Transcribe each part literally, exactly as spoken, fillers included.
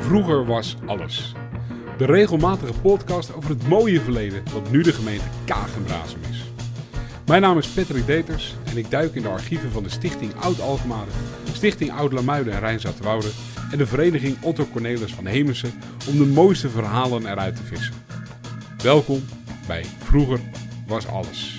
Vroeger was alles. De regelmatige podcast over het mooie verleden dat nu de gemeente Kaag en Braassem is. Mijn naam is Patrick Deters en ik duik in de archieven van de Stichting Oud-Alkmaar, Stichting Oud-Lamuiden en Rijnzaterwoude en de vereniging Otto Cornelis van Hemessen om de mooiste verhalen eruit te vissen. Welkom bij Vroeger was alles.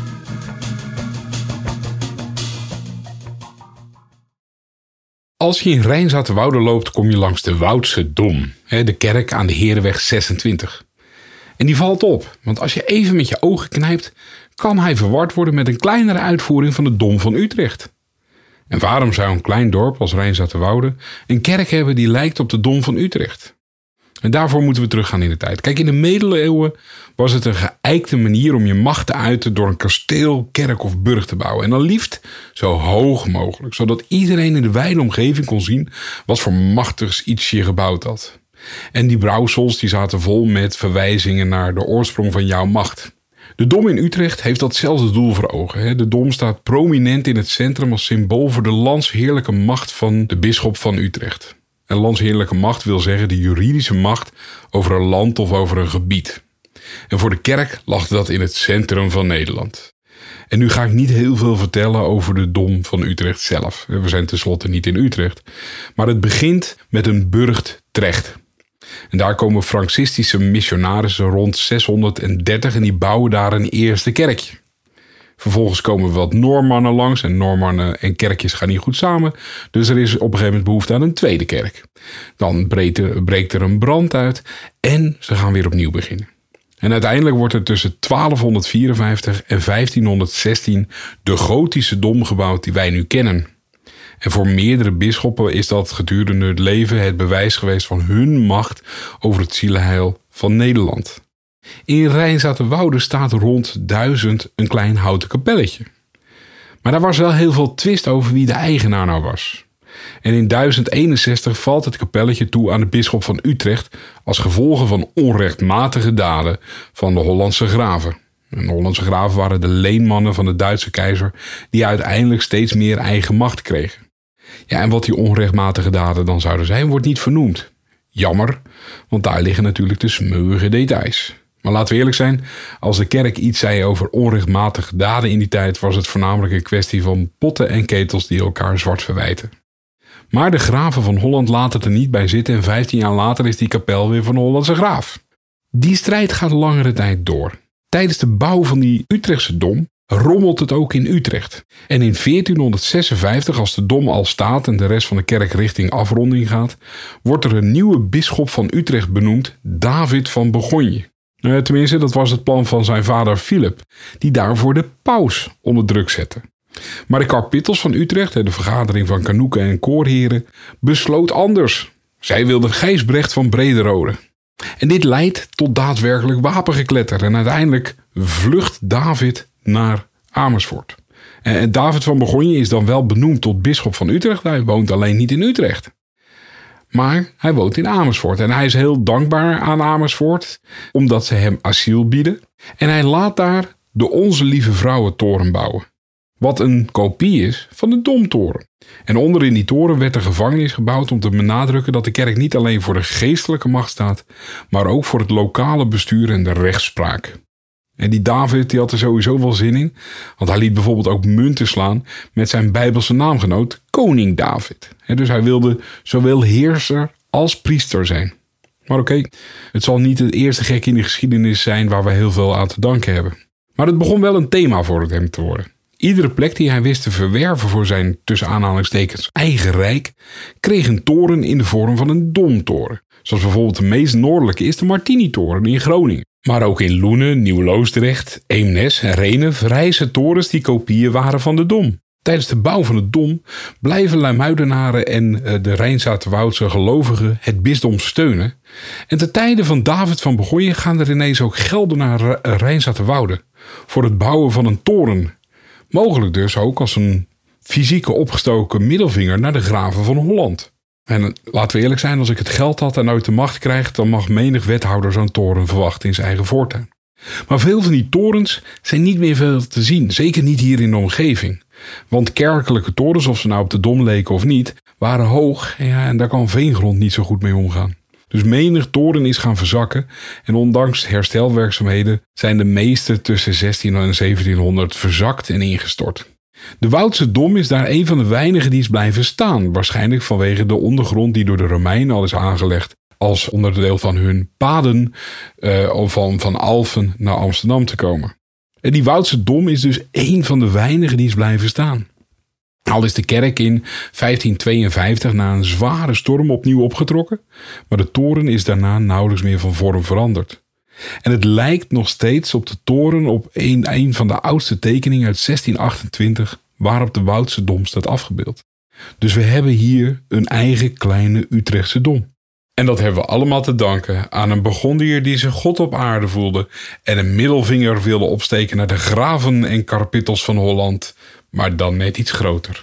Als je in Rijnzaterwoude loopt, kom je langs de Woudse Dom, de kerk aan de Herenweg zesentwintig. En die valt op, want als je even met je ogen knijpt, kan hij verward worden met een kleinere uitvoering van de Dom van Utrecht. En waarom zou een klein dorp als Rijnzaterwoude een kerk hebben die lijkt op de Dom van Utrecht? En daarvoor moeten we teruggaan in de tijd. Kijk, in de middeleeuwen was het een geëikte manier om je macht te uiten door een kasteel, kerk of burcht te bouwen. En dan liefst zo hoog mogelijk, zodat iedereen in de wijde omgeving kon zien wat voor machtigs iets je gebouwd had. En die brouwsels die zaten vol met verwijzingen naar de oorsprong van jouw macht. De Dom in Utrecht heeft datzelfde doel voor ogen. De Dom staat prominent in het centrum als symbool voor de landsheerlijke macht van de bisschop van Utrecht. En landsheerlijke macht wil zeggen de juridische macht over een land of over een gebied. En voor de kerk lag dat in het centrum van Nederland. En nu ga ik niet heel veel vertellen over de Dom van Utrecht zelf. We zijn tenslotte niet in Utrecht. Maar het begint met een burcht Trecht. En daar komen Francistische missionarissen rond zeshonderddertig en die bouwen daar een eerste kerkje. Vervolgens komen wat Noormannen langs en Noormannen en kerkjes gaan niet goed samen. Dus er is op een gegeven moment behoefte aan een tweede kerk. Dan breekt er, breekt er een brand uit en ze gaan weer opnieuw beginnen. En uiteindelijk wordt er tussen twaalfhonderdvierenvijftig en vijftienhonderdzestien de gotische Dom gebouwd die wij nu kennen. En voor meerdere bisschoppen is dat gedurende het leven het bewijs geweest van hun macht over het zielenheil van Nederland. In Rijnzaterwoude staat rond duizend een klein houten kapelletje. Maar daar was wel heel veel twist over wie de eigenaar nou was. En in duizend eenenzestig valt het kapelletje toe aan de bisschop van Utrecht als gevolge van onrechtmatige daden van de Hollandse graven. En de Hollandse graven waren de leenmannen van de Duitse keizer die uiteindelijk steeds meer eigen macht kregen. Ja, en wat die onrechtmatige daden dan zouden zijn, wordt niet vernoemd. Jammer, want daar liggen natuurlijk de smeuïge details. Maar laten we eerlijk zijn, als de kerk iets zei over onrechtmatige daden in die tijd, was het voornamelijk een kwestie van potten en ketels die elkaar zwart verwijten. Maar de graven van Holland laten het er niet bij zitten en vijftien jaar later is die kapel weer van de Hollandse graaf. Die strijd gaat langere tijd door. Tijdens de bouw van die Utrechtse Dom rommelt het ook in Utrecht. En in veertienhonderdzesenvijftig, als de Dom al staat en de rest van de kerk richting afronding gaat, wordt er een nieuwe bisschop van Utrecht benoemd, David van Bourgogne. Tenminste, dat was het plan van zijn vader Philip, die daarvoor de paus onder druk zette. Maar de kapittels van Utrecht, de vergadering van kanoeken en koorheren, besloot anders. Zij wilden Gijsbrecht van Brederode. En dit leidt tot daadwerkelijk wapengekletter en uiteindelijk vlucht David naar Amersfoort. En David van Bourgogne is dan wel benoemd tot bisschop van Utrecht. Hij woont alleen niet in Utrecht. Maar hij woont in Amersfoort en hij is heel dankbaar aan Amersfoort omdat ze hem asiel bieden. En hij laat daar de Onze Lieve Vrouwentoren bouwen. Wat een kopie is van de Domtoren. En onder in die toren werd een gevangenis gebouwd om te benadrukken dat de kerk niet alleen voor de geestelijke macht staat, maar ook voor het lokale bestuur en de rechtspraak. En die David die had er sowieso wel zin in, want hij liet bijvoorbeeld ook munten slaan met zijn Bijbelse naamgenoot, koning David. Dus hij wilde zowel heerser als priester zijn. Maar oké, okay, het zal niet het eerste gek in de geschiedenis zijn waar we heel veel aan te danken hebben. Maar het begon wel een thema voor hem te worden. Iedere plek die hij wist te verwerven voor zijn tussen aanhalingstekens eigen rijk, kreeg een toren in de vorm van een domtoren. Zoals bijvoorbeeld de meest noordelijke is de Martini-toren in Groningen. Maar ook in Loenen, Nieuw-Loosdrecht, Eemnes en Rhenen verrijzen torens die kopieën waren van de Dom. Tijdens de bouw van de Dom blijven Lamuidenaren en de Rijnzaterwoudse gelovigen het bisdom steunen. En ten tijde van David van Bourgogne gaan er ineens ook gelden naar Rijnzaterwoude voor het bouwen van een toren. Mogelijk dus ook als een fysieke opgestoken middelvinger naar de graven van Holland. En laten we eerlijk zijn, als ik het geld had en uit de macht krijg, dan mag menig wethouder zo'n toren verwachten in zijn eigen voortuin. Maar veel van die torens zijn niet meer veel te zien, zeker niet hier in de omgeving. Want kerkelijke torens, of ze nou op de Dom leken of niet, waren hoog ja, en daar kan veengrond niet zo goed mee omgaan. Dus menig toren is gaan verzakken en ondanks herstelwerkzaamheden zijn de meeste tussen zestienhonderd en zeventienhonderd verzakt en ingestort. De Woudse Dom is daar een van de weinigen die is blijven staan, waarschijnlijk vanwege de ondergrond die door de Romeinen al is aangelegd als onderdeel van hun paden uh, om van, van Alphen naar Amsterdam te komen. En die Woudse Dom is dus één van de weinigen die is blijven staan. Al is de kerk in vijftien tweeënvijftig na een zware storm opnieuw opgetrokken, maar de toren is daarna nauwelijks meer van vorm veranderd. En het lijkt nog steeds op de toren op een, een van de oudste tekeningen uit zestien achtentwintig waarop de Woudse Dom staat afgebeeld. Dus we hebben hier een eigen kleine Utrechtse Dom. En dat hebben we allemaal te danken aan een Burgondiër die zich God op aarde voelde en een middelvinger wilde opsteken naar de graven en kapittels van Holland, maar dan net iets groter.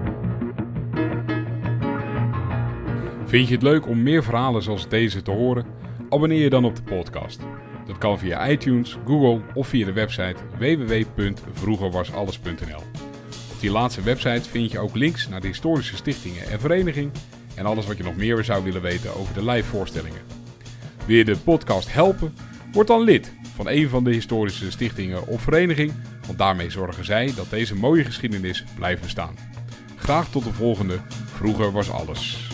Vind je het leuk om meer verhalen zoals deze te horen? Abonneer je dan op de podcast. Dat kan via iTunes, Google of via de website w w w punt vroeger was alles punt n l. Op die laatste website vind je ook links naar de historische stichtingen en vereniging en alles wat je nog meer zou willen weten over de live voorstellingen. Wil je de podcast helpen? Word dan lid van een van de historische stichtingen of vereniging, want daarmee zorgen zij dat deze mooie geschiedenis blijft bestaan. Graag tot de volgende. Vroeger was alles.